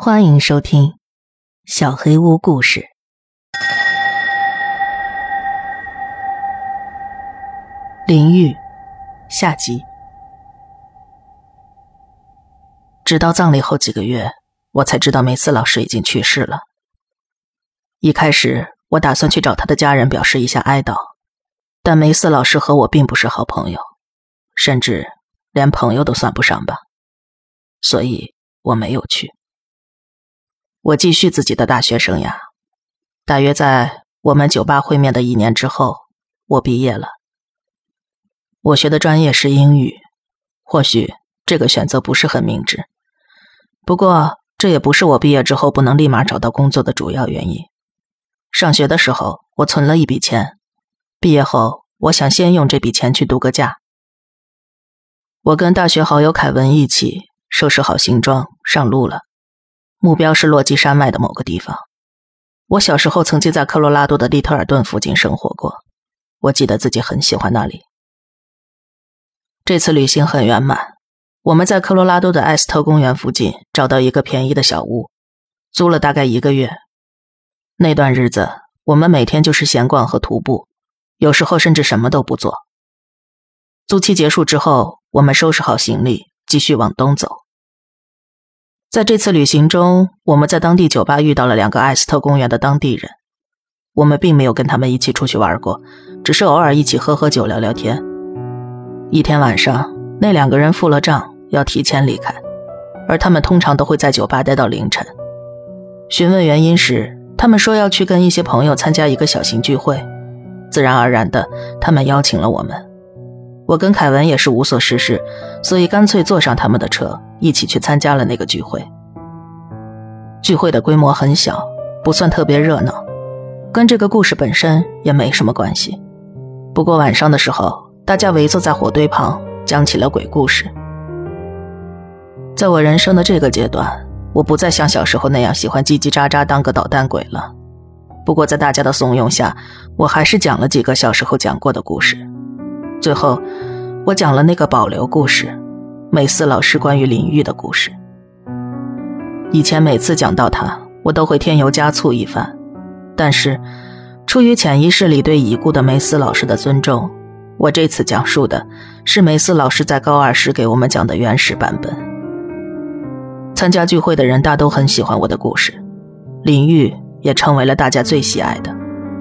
欢迎收听小黑屋故事。淋浴下集。直到葬礼后几个月，我才知道梅斯老师已经去世了。一开始我打算去找他的家人表示一下哀悼，但梅斯老师和我并不是好朋友，甚至连朋友都算不上吧，所以我没有去。我继续自己的大学生涯，大约在我们酒吧会面的1年之后，我毕业了。我学的专业是英语，或许这个选择不是很明智，不过这也不是我毕业之后不能立马找到工作的主要原因。上学的时候我存了一笔钱，毕业后我想先用这笔钱去度个假。我跟大学好友凯文一起收拾好行装上路了，目标是落基山脉的某个地方。我小时候曾经在科罗拉多的利特尔顿附近生活过，我记得自己很喜欢那里。这次旅行很圆满，我们在科罗拉多的艾斯特公园附近找到一个便宜的小屋，租了大概1个月。那段日子我们每天就是闲逛和徒步，有时候甚至什么都不做。租期结束之后，我们收拾好行李继续往东走。在这次旅行中，我们在当地酒吧遇到了2个艾斯特公园的当地人。我们并没有跟他们一起出去玩过，只是偶尔一起喝喝酒聊聊天。一天晚上，那2个人付了账，要提前离开，而他们通常都会在酒吧待到凌晨。询问原因时，他们说要去跟一些朋友参加一个小型聚会，自然而然的，他们邀请了我们。我跟凯文也是无所事事，所以干脆坐上他们的车，一起去参加了那个聚会。聚会的规模很小，不算特别热闹，跟这个故事本身也没什么关系。不过晚上的时候，大家围坐在火堆旁，讲起了鬼故事。在我人生的这个阶段，我不再像小时候那样喜欢叽叽喳喳当个捣蛋鬼了。不过在大家的怂恿下，我还是讲了几个小时候讲过的故事。最后我讲了那个保留故事，梅斯老师关于淋浴的故事。以前每次讲到他，我都会添油加醋一番，但是出于潜意识里对已故的梅斯老师的尊重，我这次讲述的是梅斯老师在高2时给我们讲的原始版本。参加聚会的人大都很喜欢我的故事，淋浴也成为了大家最喜爱的。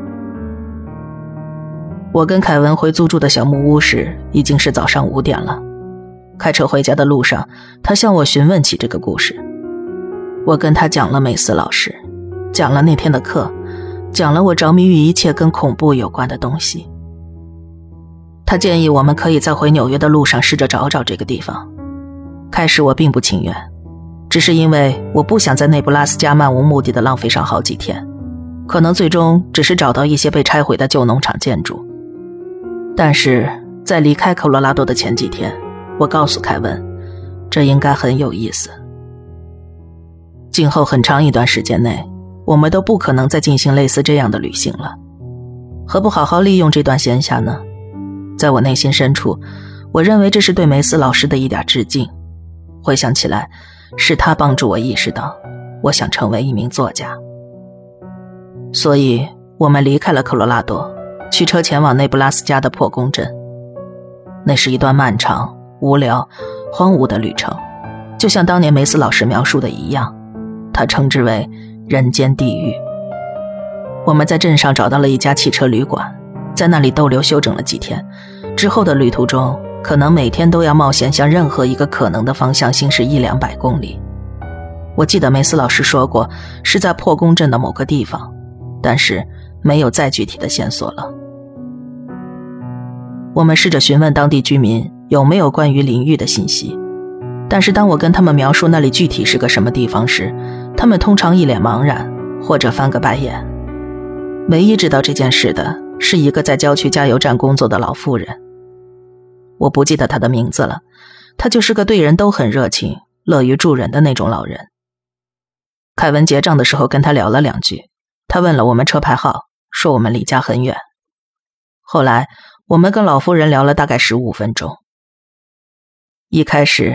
我跟凯文回租住的小木屋时，已经是早上5点了。开车回家的路上，他向我询问起这个故事。我跟他讲了梅斯老师，讲了那天的课，讲了我着迷于一切跟恐怖有关的东西。他建议我们可以在回纽约的路上试着找找这个地方。开始我并不情愿，只是因为我不想在内布拉斯加漫无目的的浪费上好几天，可能最终只是找到一些被拆毁的旧农场建筑。但是在离开科罗拉多的前几天，我告诉凯文，这应该很有意思。今后很长一段时间内，我们都不可能再进行类似这样的旅行了，何不好好利用这段闲暇呢？在我内心深处，我认为这是对梅斯老师的一点致敬。回想起来，是他帮助我意识到，我想成为一名作家。所以我们离开了科罗拉多，驱车前往内布拉斯加的破宫镇。那是一段漫长、无聊、荒芜的旅程，就像当年梅斯老师描述的一样，他称之为人间地狱。我们在镇上找到了一家汽车旅馆，在那里逗留休整了几天，之后的旅途中可能每天都要冒险向任何一个可能的方向行驶100-200公里。我记得梅斯老师说过是在破宫镇的某个地方，但是没有再具体的线索了。我们试着询问当地居民有没有关于淋浴的信息，但是当我跟他们描述那里具体是个什么地方时，他们通常一脸茫然，或者翻个白眼。唯一知道这件事的是一个在郊区加油站工作的老妇人，我不记得她的名字了，她就是个对人都很热情、乐于助人的那种老人。凯文结账的时候跟他聊了2句，他问了我们车牌号，说我们离家很远。后来我们跟老妇人聊了大概15分钟。一开始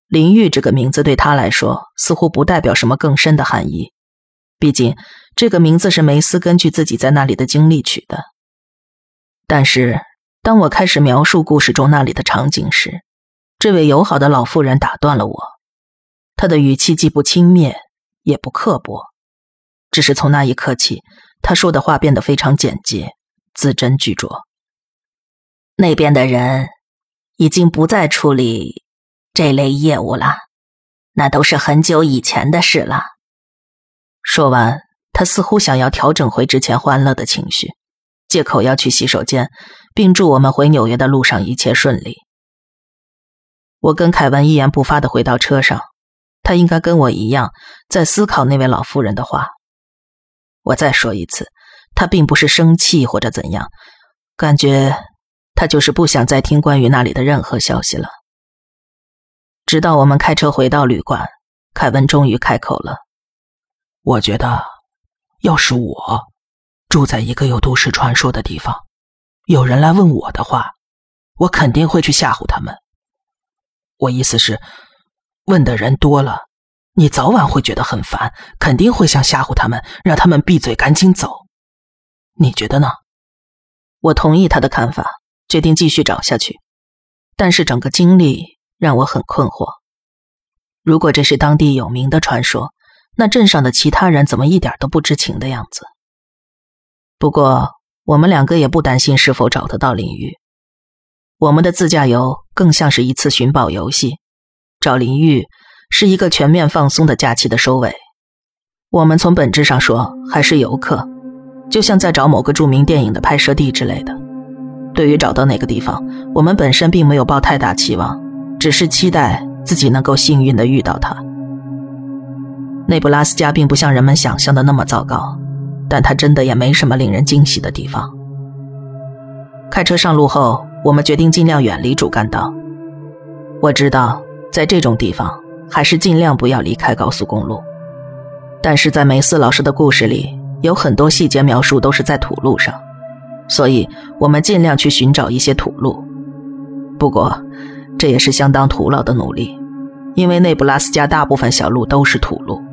林玉这个名字对他来说似乎不代表什么更深的含义，毕竟这个名字是梅斯根据自己在那里的经历取的。但是当我开始描述故事中那里的场景时，这位友好的老妇人打断了我。她的语气既不轻蔑也不刻薄，只是从那一刻起，她说的话变得非常简洁，字斟句酌。那边的人已经不再处理这类业务了，那都是很久以前的事了。说完，他似乎想要调整回之前欢乐的情绪，借口要去洗手间，并祝我们回纽约的路上一切顺利。我跟凯文一言不发地回到车上，他应该跟我一样在思考那位老妇人的话。我再说一次，他并不是生气或者怎样，感觉他就是不想再听关于那里的任何消息了。直到我们开车回到旅馆，凯文终于开口了。 我觉得要是我住在一个有都市传说的地方，有人来问我的话，我肯定会去吓唬他们。我意思是，问的人多了，你早晚会觉得很烦，肯定会想吓唬他们，让他们闭嘴赶紧走。你觉得呢？ 我同意他的看法，决定继续找下去。但是整个经历让我很困惑。如果这是当地有名的传说，那镇上的其他人怎么一点都不知情的样子？不过我们两个也不担心是否找得到林玉。我们的自驾游更像是一次寻宝游戏，找林玉是一个全面放松的假期的收尾。我们从本质上说还是游客，就像在找某个著名电影的拍摄地之类的。对于找到哪个地方，我们本身并没有抱太大期望，只是期待自己能够幸运地遇到它。内布拉斯加并不像人们想象的那么糟糕，但它真的也没什么令人惊喜的地方。开车上路后，我们决定尽量远离主干道。我知道在这种地方还是尽量不要离开高速公路，但是在梅斯老师的故事里，有很多细节描述都是在土路上，所以我们尽量去寻找一些土路。不过这也是相当徒劳的努力，因为内布拉斯加大部分小路都是土路。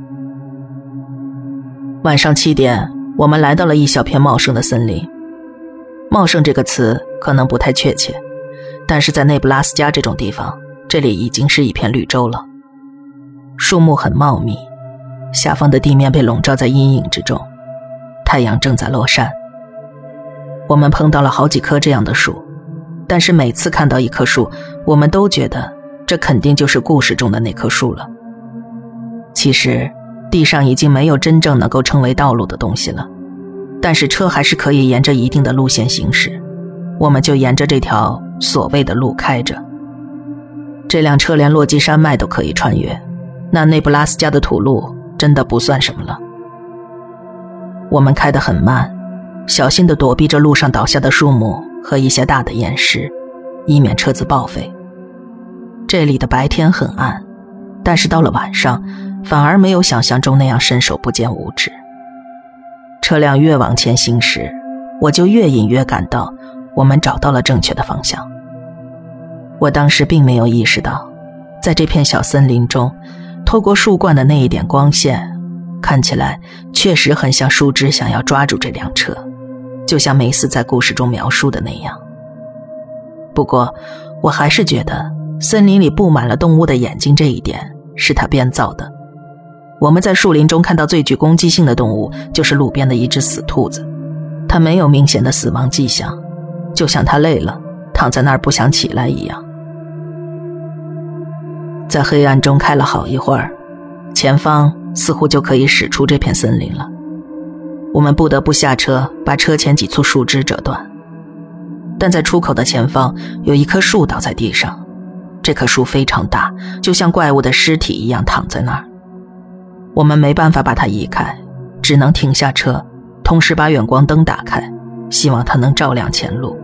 晚上7点，我们来到了一小片茂盛的森林。茂盛这个词可能不太确切，但是在内布拉斯加这种地方，这里已经是一片绿洲了。树木很茂密，下方的地面被笼罩在阴影之中，太阳正在落山。我们碰到了好几棵这样的树，但是每次看到一棵树，我们都觉得这肯定就是故事中的那棵树了。其实地上已经没有真正能够称为道路的东西了，但是车还是可以沿着一定的路线行驶，我们就沿着这条所谓的路开着。这辆车连落基山脉都可以穿越，那内布拉斯加的土路真的不算什么了。我们开得很慢，小心地躲避着路上倒下的树木和一些大的岩石，以免车子报废。这里的白天很暗，但是到了晚上反而没有想象中那样伸手不见五指。车辆越往前行驶，我就越隐约感到我们找到了正确的方向。我当时并没有意识到，在这片小森林中，透过树冠的那一点光线，看起来确实很像树枝想要抓住这辆车，就像梅斯在故事中描述的那样。不过我还是觉得森林里布满了动物的眼睛这一点是他编造的。我们在树林中看到最具攻击性的动物就是路边的一只死兔子，它没有明显的死亡迹象，就像它累了躺在那儿不想起来一样。在黑暗中开了好一会儿，前方似乎就可以驶出这片森林了。我们不得不下车，把车前几簇树枝折断。但在出口的前方有一棵树倒在地上，这棵树非常大，就像怪物的尸体一样躺在那儿。我们没办法把它移开，只能停下车，同时把远光灯打开，希望它能照亮前路。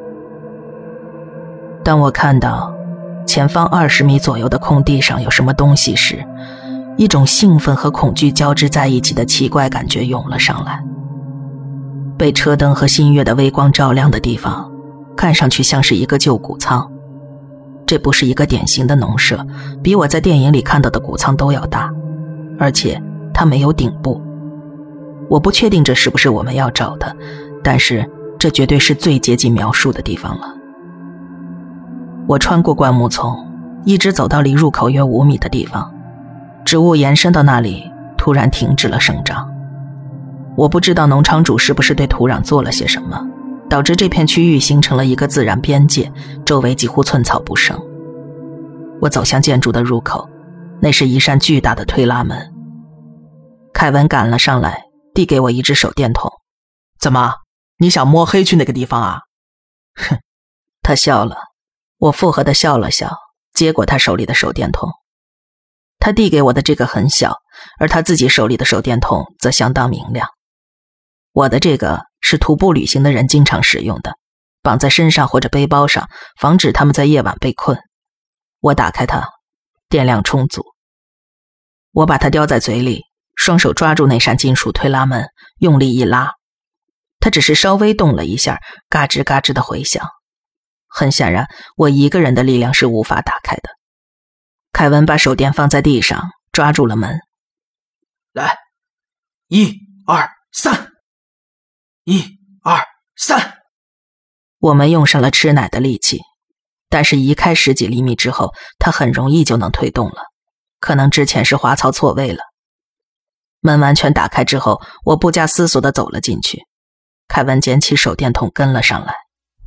当我看到前方20米左右的空地上有什么东西时，一种兴奋和恐惧交织在一起的奇怪感觉涌了上来。被车灯和新月的微光照亮的地方，看上去像是一个旧谷仓， 这不是一个典型的农舍，比我在电影里看到的谷仓都要大，而且它没有顶部。我不确定这是不是我们要找的，但是这绝对是最接近描述的地方了。我穿过灌木丛，一直走到离入口约5米的地方，植物延伸到那里突然停止了生长。我不知道农场主是不是对土壤做了些什么，导致这片区域形成了一个自然边界，周围几乎寸草不生。我走向建筑的入口，那是一扇巨大的推拉门。凯文赶了上来，递给我一只手电筒。 怎么，你想摸黑去那个地方啊？ 哼，他笑了。我附和地笑了笑，接过他手里的手电筒。他递给我的这个很小，而他自己手里的手电筒则相当明亮。我的这个是徒步旅行的人经常使用的，绑在身上或者背包上，防止他们在夜晚被困。我打开它，电量充足。我把它叼在嘴里，双手抓住那扇金属推拉门，用力一拉。它只是稍微动了一下，嘎吱嘎吱的回响。很显然，我一个人的力量是无法打开的。凯文把手电放在地上，抓住了门。 来，1、2、3，1、2、3。 我们用上了吃奶的力气，但是移开10几厘米之后，它很容易就能推动了。可能之前是滑槽错位了。门完全打开之后，我不加思索地走了进去。凯文捡起手电筒跟了上来。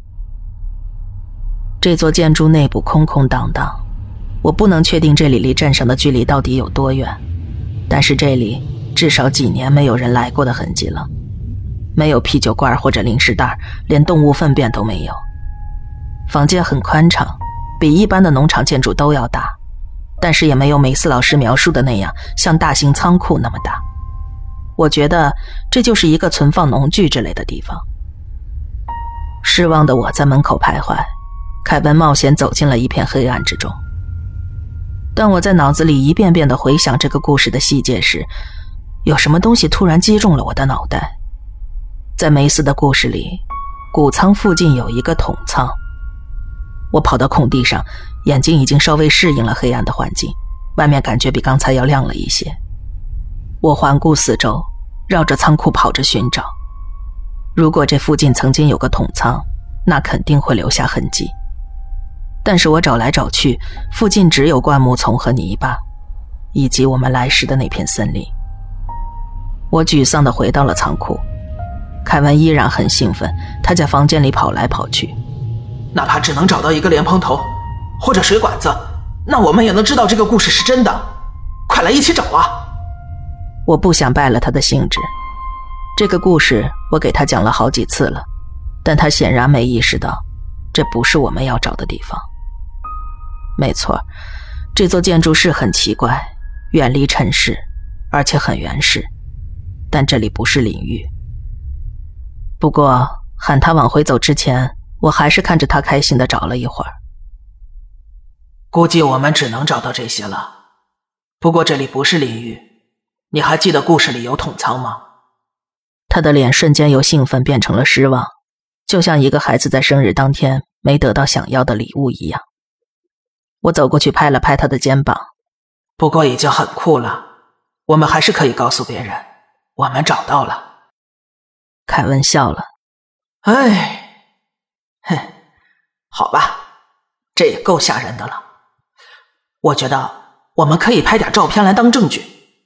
这座建筑内部空空荡荡，我不能确定这里离镇上的距离到底有多远，但是这里至少几年没有人来过的痕迹了。没有啤酒罐或者零食袋，连动物粪便都没有。房间很宽敞，比一般的农场建筑都要大，但是也没有梅斯老师描述的那样像大型仓库那么大。我觉得这就是一个存放农具之类的地方。失望的我在门口徘徊，凯文冒险走进了一片黑暗之中。当我在脑子里一遍遍地回想这个故事的细节时，有什么东西突然击中了我的脑袋。在梅斯的故事里，谷仓附近有一个桶仓。我跑到空地上，眼睛已经稍微适应了黑暗的环境，外面感觉比刚才要亮了一些。我环顾四周，绕着仓库跑着寻找。如果这附近曾经有个桶仓，那肯定会留下痕迹。但是我找来找去，附近只有灌木丛和泥巴，以及我们来时的那片森林。我沮丧地回到了仓库。凯文依然很兴奋，他在房间里跑来跑去。 哪怕只能找到一个莲蓬头或者水管子，那我们也能知道这个故事是真的。快来一起找啊！ 我不想败了他的兴致。这个故事我给他讲了好几次了，但他显然没意识到这不是我们要找的地方。没错，这座建筑是很奇怪，远离尘世，而且很原始，但这里不是领域。不过喊他往回走之前，我还是看着他开心地找了一会儿。 估计我们只能找到这些了。不过这里不是领域，你还记得故事里有桶仓吗？ 他的脸瞬间由兴奋变成了失望，就像一个孩子在生日当天没得到想要的礼物一样。我走过去拍了拍他的肩膀。 不过已经很酷了，我们还是可以告诉别人，我们找到了。 凯文笑了。 哎，哼，好吧，这也够吓人的了。我觉得我们可以拍点照片来当证据。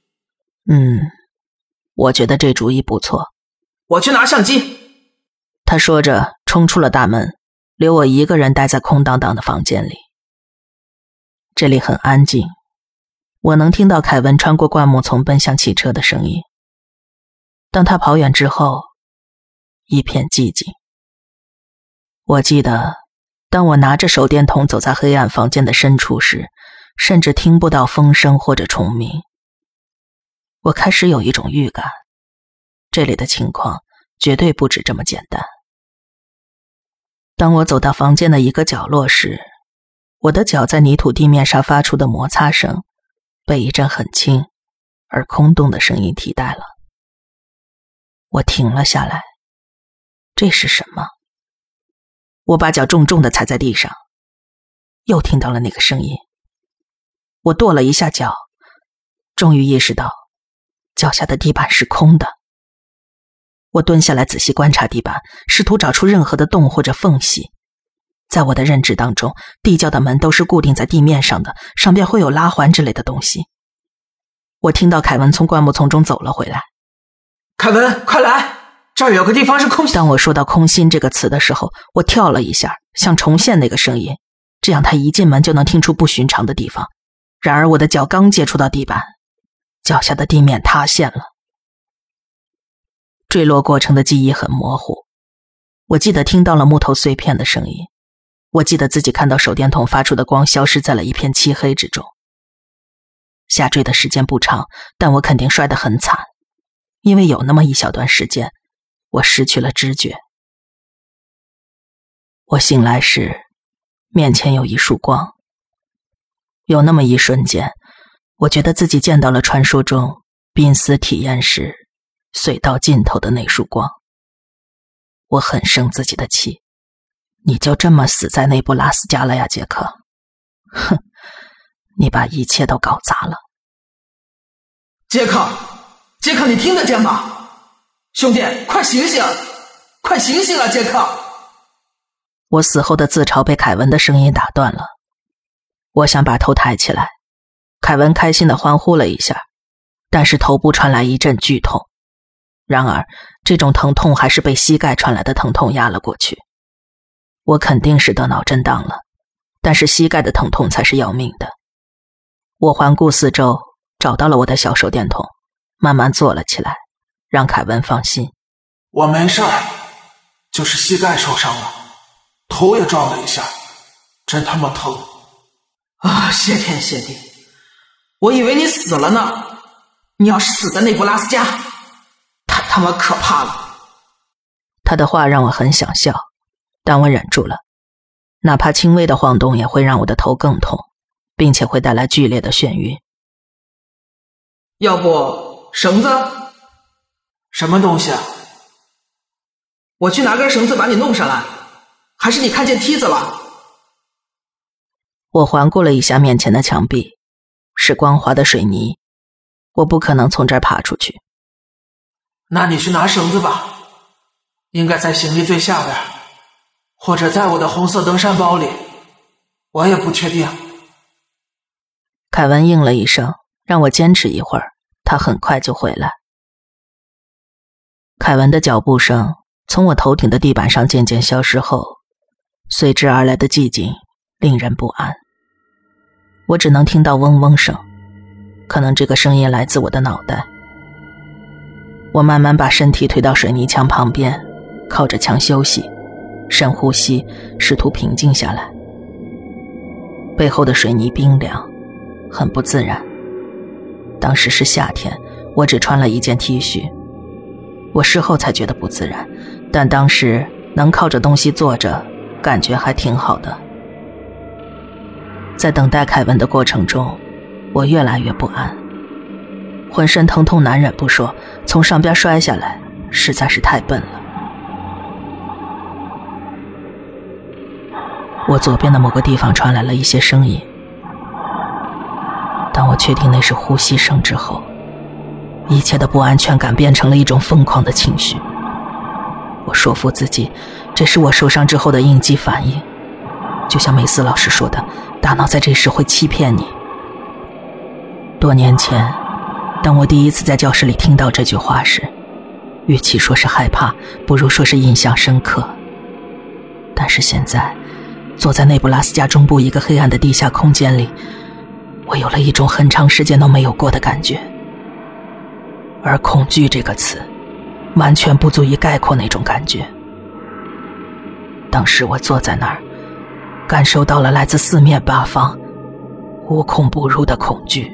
我觉得这主意不错。 我去拿相机。 他说着冲出了大门，留我一个人待在空荡荡的房间里。这里很安静，我能听到凯文穿过灌木丛奔向汽车的声音。当他跑远之后，一片寂静。我记得当我拿着手电筒走在黑暗房间的深处时，甚至听不到风声或者虫鸣。我开始有一种预感，这里的情况绝对不止这么简单。当我走到房间的一个角落时，我的脚在泥土地面上发出的摩擦声被一阵很轻而空洞的声音替代了。我停了下来。这是什么？我把脚重重地踩在地上。 又听到了那个声音。我跺了一下脚，终于意识到脚下的地板是空的。我蹲下来仔细观察地板，试图找出任何的洞或者缝隙。在我的认知当中，地窖的门都是固定在地面上的，上边会有拉环之类的东西。我听到凯文从灌木丛中走了回来。 凯文，快来，这儿有个地方是空心。 当我说到空心这个词的时候，我跳了一下，想重现那个声音，这样他一进门就能听出不寻常的地方。然而我的脚刚接触到地板，脚下的地面塌陷了。坠落过程的记忆很模糊，我记得听到了木头碎片的声音，我记得自己看到手电筒发出的光消失在了一片漆黑之中。下坠的时间不长，但我肯定摔得很惨，因为有那么一小段时间，我失去了知觉。我醒来时，面前有一束光。有那么一瞬间，我觉得自己见到了传说中濒死体验时隧道尽头的那束光。我很生自己的气，你就这么死在内布拉斯加了呀，杰克？哼，你把一切都搞砸了。 杰克，你听得见吗？兄弟，快醒醒，快醒醒啊，杰克！ 我死后的自嘲被凯文的声音打断了。我想把头抬起来，凯文开心地欢呼了一下，但是头部传来一阵剧痛。然而这种疼痛还是被膝盖传来的疼痛压了过去。我肯定是得脑震荡了，但是膝盖的疼痛才是要命的。我环顾四周，找到了我的小手电筒，慢慢坐了起来，让凯文放心。 我没事儿，就是膝盖受伤了，头也撞了一下，真他妈疼啊！谢天谢地，我以为你死了呢。你要是死在内布拉斯加，太他妈可怕了。 他的话让我很想笑，但我忍住了。哪怕轻微的晃动也会让我的头更痛，并且会带来剧烈的眩晕。 要不绳子？ 什么东西啊？ 我去拿根绳子把你弄上来，还是你看见梯子了？ 我环顾了一下面前的墙壁，是光滑的水泥，我不可能从这儿爬出去。 那你去拿绳子吧，应该在行李最下边，或者在我的红色登山包里，我也不确定。 凯文应了一声，让我坚持一会儿，他很快就回来。凯文的脚步声从我头顶的地板上渐渐消失后，随之而来的寂静令人不安。我只能听到嗡嗡声，可能这个声音来自我的脑袋。我慢慢把身体推到水泥墙旁边，靠着墙休息，深呼吸，试图平静下来。背后的水泥冰凉，很不自然。当时是夏天，我只穿了一件 T 恤。我事后才觉得不自然，但当时能靠着东西坐着，感觉还挺好的。在等待凯文的过程中，我越来越不安，浑身疼痛难忍不说，从上边摔下来实在是太笨了。我左边的某个地方传来了一些声音，当我确定那是呼吸声之后，一切的不安全感变成了一种疯狂的情绪。我说服自己，这是我受伤之后的应激反应，就像梅斯老师说的，大脑在这时会欺骗你。多年前，当我第一次在教室里听到这句话时，与其说是害怕，不如说是印象深刻。但是现在，坐在内布拉斯加中部一个黑暗的地下空间里，我有了一种很长时间都没有过的感觉。而恐惧这个词，完全不足以概括那种感觉。当时我坐在那儿，感受到了来自四面八方无孔不入的恐惧。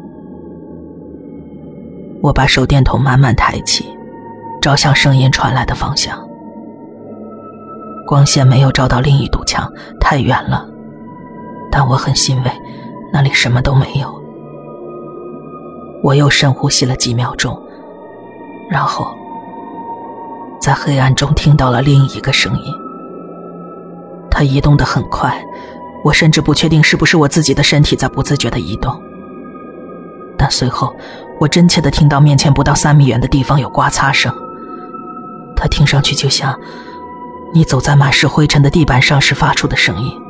我把手电筒慢慢抬起，照向声音传来的方向。光线没有照到另一堵墙，太远了，但我很欣慰，那里什么都没有。我又深呼吸了几秒钟，然后在黑暗中听到了另一个声音。它移动得很快， 我甚至不确定是不是我自己的身体在不自觉地移动。但随后我真切地听到面前不到3米远的地方有刮擦声，它听上去就像你走在满是灰尘的地板上时发出的声音。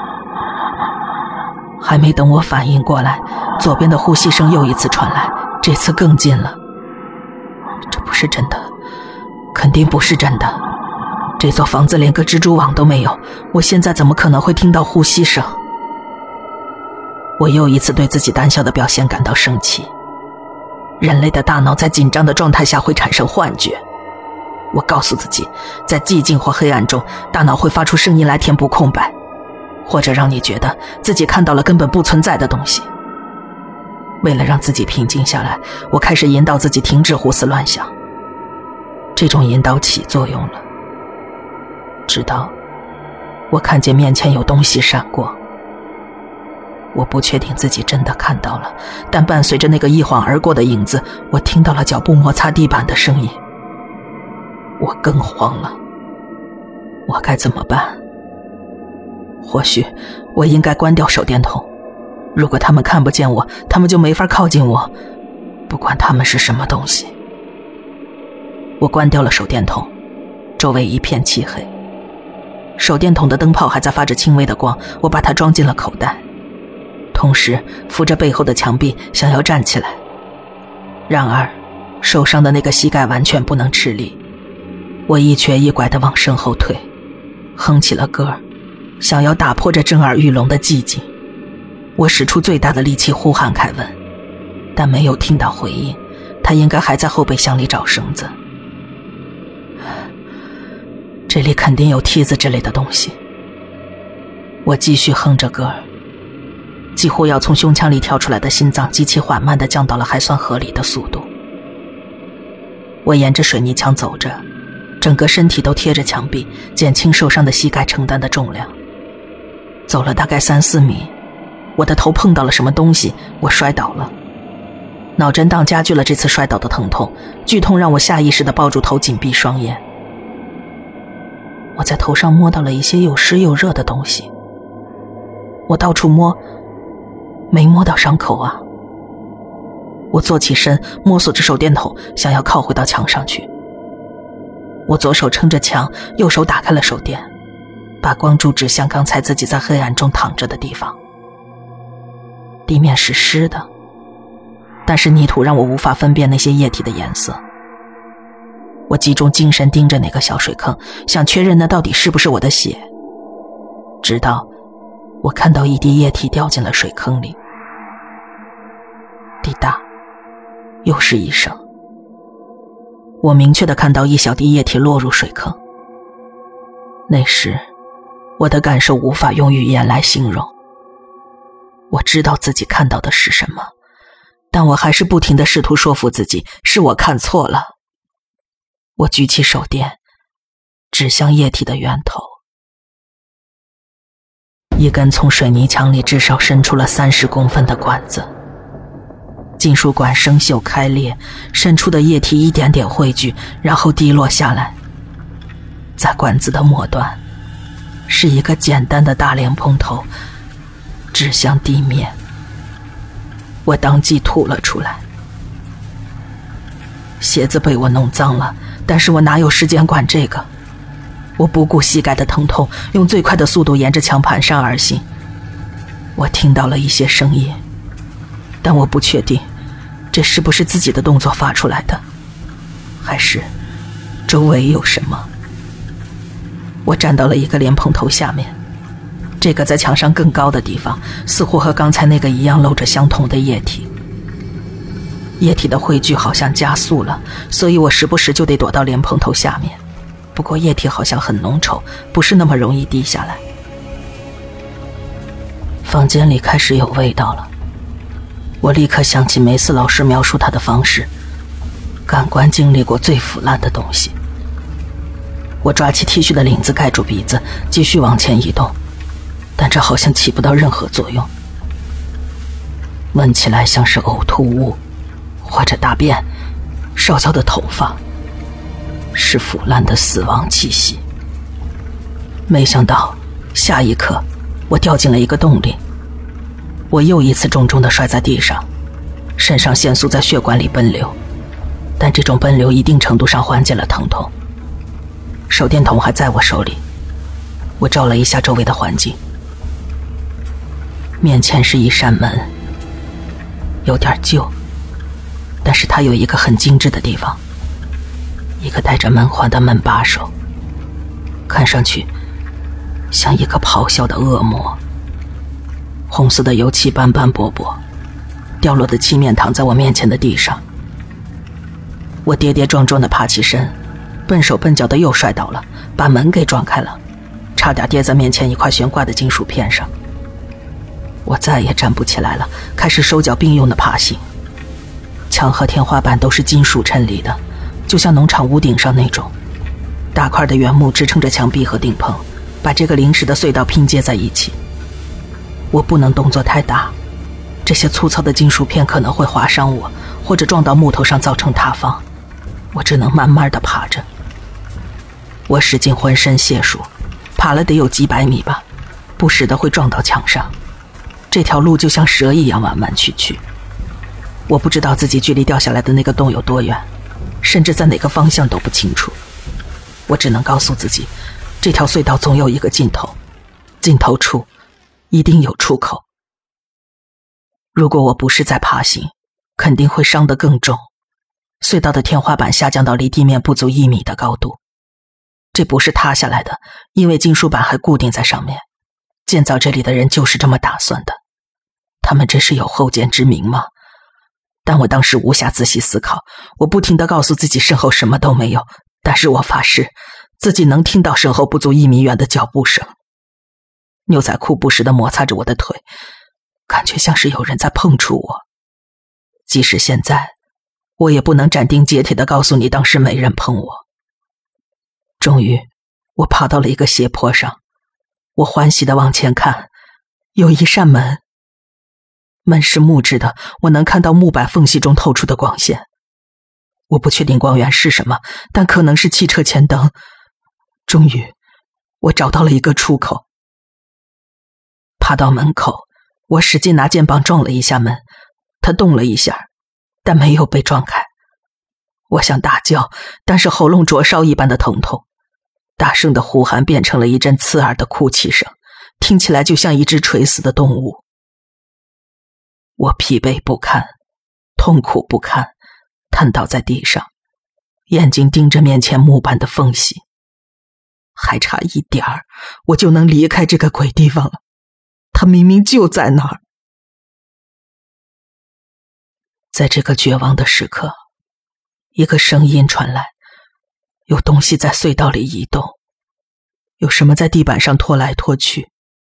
还没等我反应过来，左边的呼吸声又一次传来，这次更近了。这不是真的，肯定不是真的。这座房子连个蜘蛛网都没有，我现在怎么可能会听到呼吸声？我又一次对自己胆小的表现感到生气。人类的大脑在紧张的状态下会产生幻觉。我告诉自己，在寂静或黑暗中，大脑会发出声音来填补空白，或者让你觉得自己看到了根本不存在的东西。为了让自己平静下来，我开始引导自己停止胡思乱想。这种引导起作用了，直到我看见面前有东西闪过。我不确定自己真的看到了，但伴随着那个一晃而过的影子，我听到了脚步摩擦地板的声音。我更慌了，我该怎么办？或许我应该关掉手电筒，如果他们看不见我，他们就没法靠近我，不管他们是什么东西。我关掉了手电筒，周围一片漆黑。手电筒的灯泡还在发着轻微的光，我把它装进了口袋，同时扶着背后的墙壁想要站起来。然而手上的那个膝盖完全不能吃力，我一瘸一拐地往身后退，哼起了歌，想要打破这震耳欲聋的寂静。我使出最大的力气呼喊凯文，但没有听到回应，他应该还在后备箱里找绳子。这里肯定有梯子之类的东西。我继续哼着歌，几乎要从胸腔里跳出来的心脏极其缓慢地降到了还算合理的速度。我沿着水泥墙走着，整个身体都贴着墙壁，减轻受伤的膝盖承担的重量。走了大概3-4米，我的头碰到了什么东西，我摔倒了。脑震荡加剧了这次摔倒的疼痛，剧痛让我下意识地抱住头，紧闭双眼。我在头上摸到了一些又湿又热的东西，我到处摸，没摸到伤口啊。我坐起身，摸索着手电筒，想要靠回到墙上去。我左手撑着墙，右手打开了手电，把光柱指向刚才自己在黑暗中躺着的地方。地面是湿的，但是泥土让我无法分辨那些液体的颜色。我集中精神盯着那个小水坑，想确认那到底是不是我的血，直到我看到一滴液体掉进了水坑里。滴答，又是一声。我明确地看到一小滴液体落入水坑。那时我的感受无法用语言来形容。我知道自己看到的是什么，但我还是不停地试图说服自己是我看错了。我举起手电，指向液体的源头。一根从水泥墙里至少伸出了30公分的管子，金属管生锈开裂，渗出的液体一点点汇聚，然后滴落下来。在管子的末端是一个简单的大莲蓬头，指向地面。我当即吐了出来。鞋子被我弄脏了，但是我哪有时间管这个？我不顾膝盖的疼痛，用最快的速度沿着墙蹒跚而行。我听到了一些声音，但我不确定这是不是自己的动作发出来的，还是周围有什么。我站到了一个莲蓬头下面，这个在墙上更高的地方似乎和刚才那个一样漏着相同的液体。液体的汇聚好像加速了，所以我时不时就得躲到莲蓬头下面。不过液体好像很浓稠，不是那么容易滴下来。房间里开始有味道了，我立刻想起梅斯老师描述他的方式，感官经历过最腐烂的东西。我抓起 T 恤的领子盖住鼻子，继续往前移动，但这好像起不到任何作用。闻起来像是呕吐物，或者大便，烧焦的头发，是腐烂的死亡气息。没想到下一刻我掉进了一个洞里，我又一次重重地摔在地上，肾上腺素在血管里奔流，但这种奔流一定程度上缓解了疼痛。手电筒还在我手里，我照了一下周围的环境，面前是一扇门，有点旧，但是它有一个很精致的地方，一个带着门环的门把手，看上去像一个咆哮的恶魔。红色的油漆斑斑驳驳，掉落的漆面躺在我面前的地上。我跌跌撞撞地爬起身，笨手笨脚的又摔倒了，把门给撞开了，差点跌在面前一块悬挂的金属片上。我再也站不起来了，开始手脚并用的爬行。墙和天花板都是金属衬里的，就像农场屋顶上那种。大块的原木支撑着墙壁和顶棚，把这个临时的隧道拼接在一起。我不能动作太大，这些粗糙的金属片可能会划伤我，或者撞到木头上造成塌方。我只能慢慢地爬着。我使尽浑身解数，爬了得有几百米吧，不时地会撞到墙上。这条路就像蛇一样弯弯曲曲。我不知道自己距离掉下来的那个洞有多远，甚至在哪个方向都不清楚。我只能告诉自己，这条隧道总有一个尽头，尽头处一定有出口。如果我不是在爬行，肯定会伤得更重。隧道的天花板下降到离地面不足1米的高度，这不是塌下来的，因为金属板还固定在上面。建造这里的人就是这么打算的。他们真是有后见之明吗？但我当时无暇仔细思考，我不停地告诉自己身后什么都没有，但是我发誓自己能听到身后不足1米远的脚步声。牛仔裤不时地摩擦着我的腿，感觉像是有人在碰触我。即使现在，我也不能斩钉截铁地告诉你当时没人碰我。终于，我爬到了一个斜坡上，我欢喜地往前看，有一扇门。门是木质的，我能看到木板缝隙中透出的光线。我不确定光源是什么，但可能是汽车前灯。终于，我找到了一个出口。爬到门口，我使劲拿肩膀撞了一下门，它动了一下，但没有被撞开。我想大叫，但是喉咙灼烧一般的疼痛，大声的呼喊变成了一阵刺耳的哭泣声，听起来就像一只垂死的动物。我疲惫不堪，痛苦不堪，瘫倒在地上，眼睛盯着面前木板的缝隙。还差一点儿，我就能离开这个鬼地方了。它明明就在那儿。在这个绝望的时刻，一个声音传来，有东西在隧道里移动，有什么在地板上拖来拖去。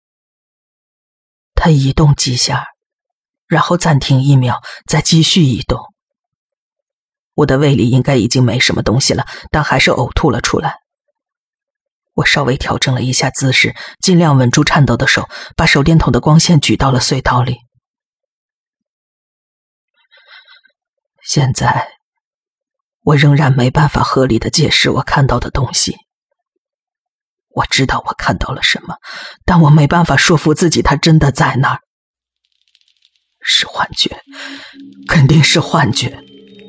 它移动几下，然后暂停1秒，再继续移动。我的胃里应该已经没什么东西了，但还是呕吐了出来。我稍微调整了一下姿势，尽量稳住颤抖的手，把手电筒的光线举到了隧道里。现在，我仍然没办法合理的解释我看到的东西。我知道我看到了什么，但我没办法说服自己它真的在那儿。是幻觉，肯定是幻觉。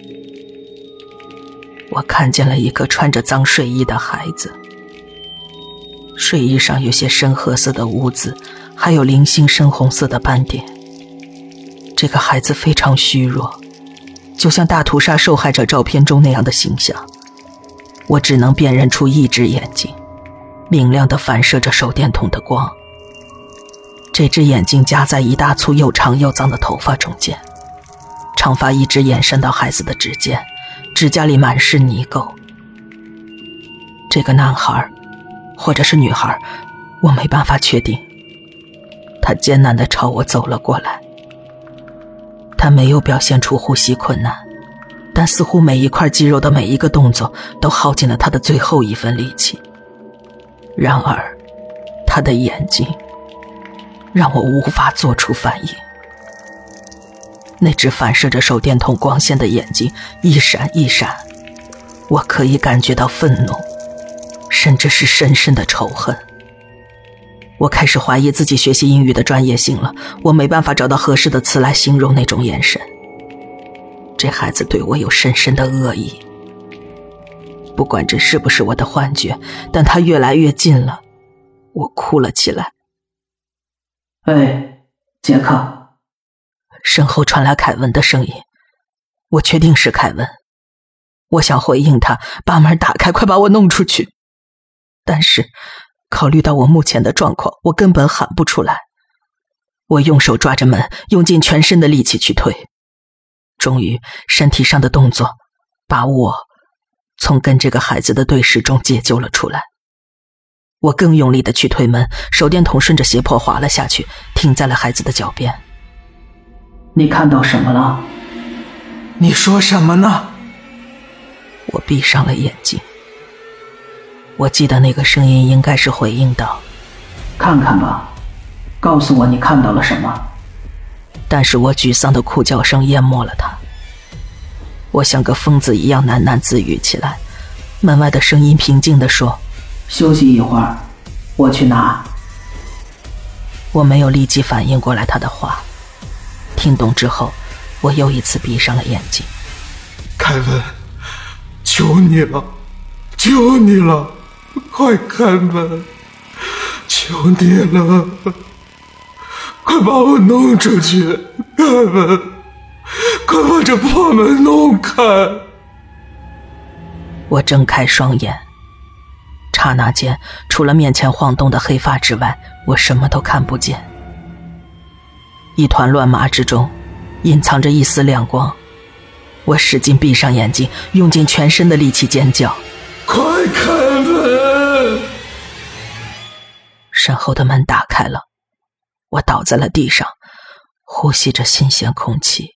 我看见了一个穿着脏睡衣的孩子，睡衣上有些深褐色的污渍，还有零星深红色的斑点。这个孩子非常虚弱，就像大屠杀受害者照片中那样的形象。我只能辨认出一只眼睛，明亮地反射着手电筒的光。这只眼睛夹在一大簇又长又脏的头发中间，长发一直延伸到孩子的指尖，指甲里满是泥垢。这个男孩或者是女孩，我没办法确定。他艰难地朝我走了过来。他没有表现出呼吸困难，但似乎每一块肌肉的每一个动作都耗尽了他的最后一分力气。然而，他的眼睛让我无法做出反应。那只反射着手电筒光线的眼睛一闪一闪，我可以感觉到愤怒，甚至是深深的仇恨。 我开始怀疑自己学习英语的专业性了，我没办法找到合适的词来形容那种眼神。这孩子对我有深深的恶意。不管这是不是我的幻觉，但他越来越近了，我哭了起来。 喂，杰克。 身后传来凯文的声音，我确定是凯文。我想回应他，把门打开，快把我弄出去。但是考虑到我目前的状况，我根本喊不出来。我用手抓着门，用尽全身的力气去推。终于身体上的动作把我从跟这个孩子的对视中解救了出来。我更用力地去推门，手电筒顺着斜坡滑了下去，停在了孩子的脚边。 你看到什么了？ 你说什么呢？ 我闭上了眼睛。我记得那个声音应该是回应道： 看看吧，告诉我你看到了什么。 但是我沮丧的哭叫声淹没了他。我像个疯子一样喃喃自语起来。门外的声音平静地说： 休息一会儿，我去拿。 我没有立即反应过来他的话，听懂之后，我又一次闭上了眼睛。 凯文，求你了，求你了，快开门，求你了，快把我弄出去，凯文，快把这破门弄开。 我睁开双眼，刹那间，除了面前晃动的黑发之外，我什么都看不见。一团乱麻之中，隐藏着一丝亮光。我使劲闭上眼睛，用尽全身的力气尖叫： 快开门！ 身后的门打开了，我倒在了地上，呼吸着新鲜空气。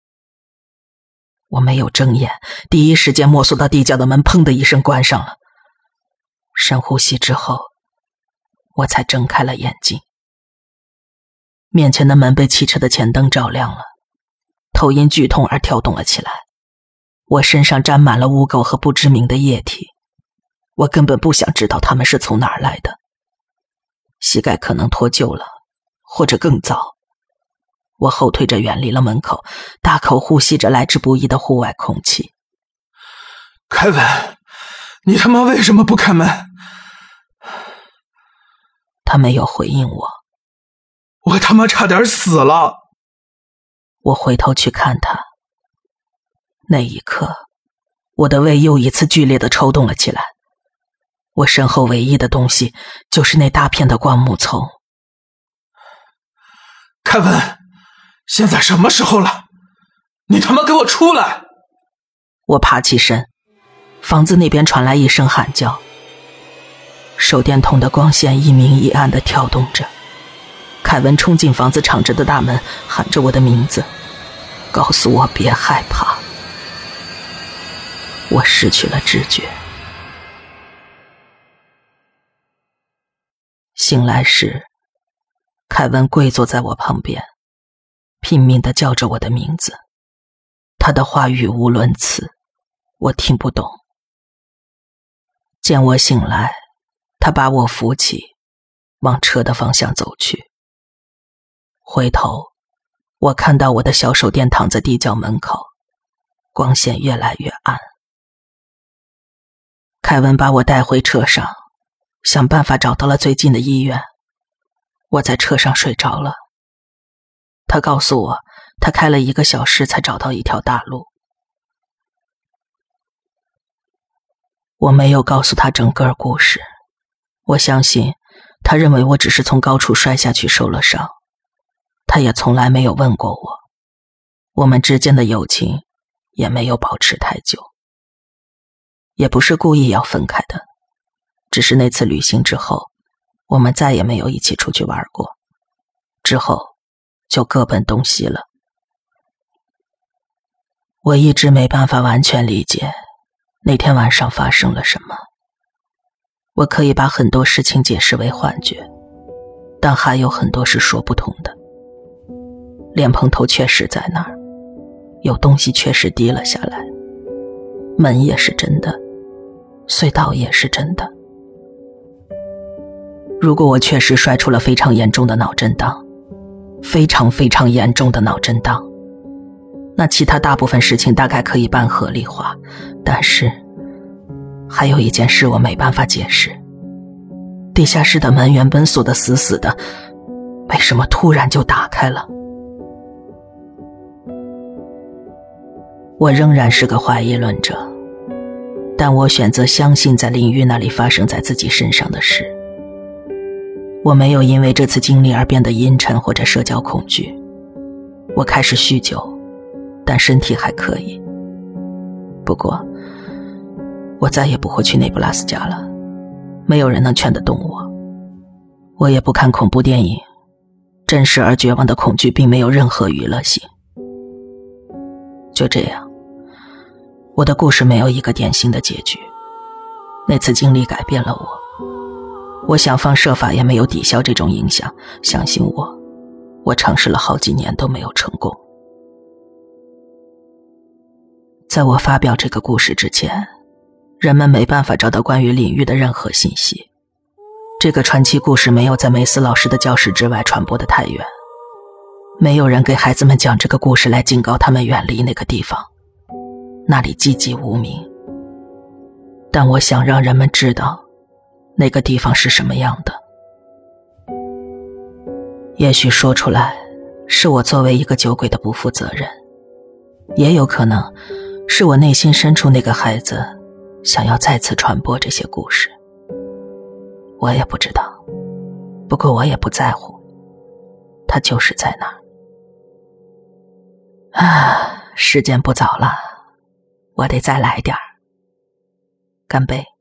我没有睁眼，第一时间摸索到地窖的门砰的一声关上了。深呼吸之后，我才睁开了眼睛。面前的门被汽车的前灯照亮了，头因剧痛而跳动了起来。我身上沾满了污垢和不知名的液体，我根本不想知道它们是从哪儿来的。膝盖可能脱臼了，或者更糟。我后退着远离了门口，大口呼吸着来之不易的户外空气。 凯文，你他妈为什么不开门？ 他没有回应我。 我他妈差点死了。 我回头去看他，那一刻，我的胃又一次剧烈地抽动了起来。我身后唯一的东西就是那大片的灌木丛。 凯文，现在什么时候了？你他妈给我出来！ 我爬起身，房子那边传来一声喊叫。手电筒的光线一明一暗地跳动着。凯文冲进房子敞着的大门，喊着我的名字，告诉我别害怕。我失去了知觉。醒来时，凯文跪坐在我旁边，拼命地叫着我的名字。他的话语无伦次，我听不懂。见我醒来，他把我扶起，往车的方向走去。回头，我看到我的小手电躺在地窖门口，光线越来越暗。凯文把我带回车上，想办法找到了最近的医院。我在车上睡着了。他告诉我，他开了1个小时才找到一条大路。我没有告诉他整个故事，我相信他认为我只是从高处摔下去受了伤。他也从来没有问过我，我们之间的友情也没有保持太久，也不是故意要分开的，只是那次旅行之后，我们再也没有一起出去玩过，之后就各奔东西了。我一直没办法完全理解那天晚上发生了什么。我可以把很多事情解释为幻觉，但还有很多是说不通的。莲蓬头确实在那儿，有东西确实滴了下来，门也是真的，隧道也是真的。 如果我确实摔出了非常严重的脑震荡，非常非常严重的脑震荡，那其他大部分事情大概可以半合理化，但是还有一件事我没办法解释，地下室的门原本锁得死死的，为什么突然就打开了？我仍然是个怀疑论者，但我选择相信在领域那里发生在自己身上的事。我没有因为这次经历而变得阴沉或者社交恐惧，我开始酗酒，但身体还可以。不过我再也不会去内布拉斯加了，没有人能劝得动我。我也不看恐怖电影，真实而绝望的恐惧并没有任何娱乐性。就这样，我的故事没有一个典型的结局。那次经历改变了我想方设法也没有抵消这种影响，相信我尝试了好几年都没有成功。在我发表这个故事之前，人们没办法找到关于领域的任何信息。这个传奇故事没有在梅斯老师的教室之外传播得太远，没有人给孩子们讲这个故事来警告他们远离那个地方，那里寂寂无名。但我想让人们知道那个地方是什么样的。也许说出来是我作为一个酒鬼的不负责任，也有可能是我内心深处那个孩子想要再次传播这些故事。我也不知道，不过我也不在乎，它就是在那儿。时间不早了，我得再来点儿。干杯。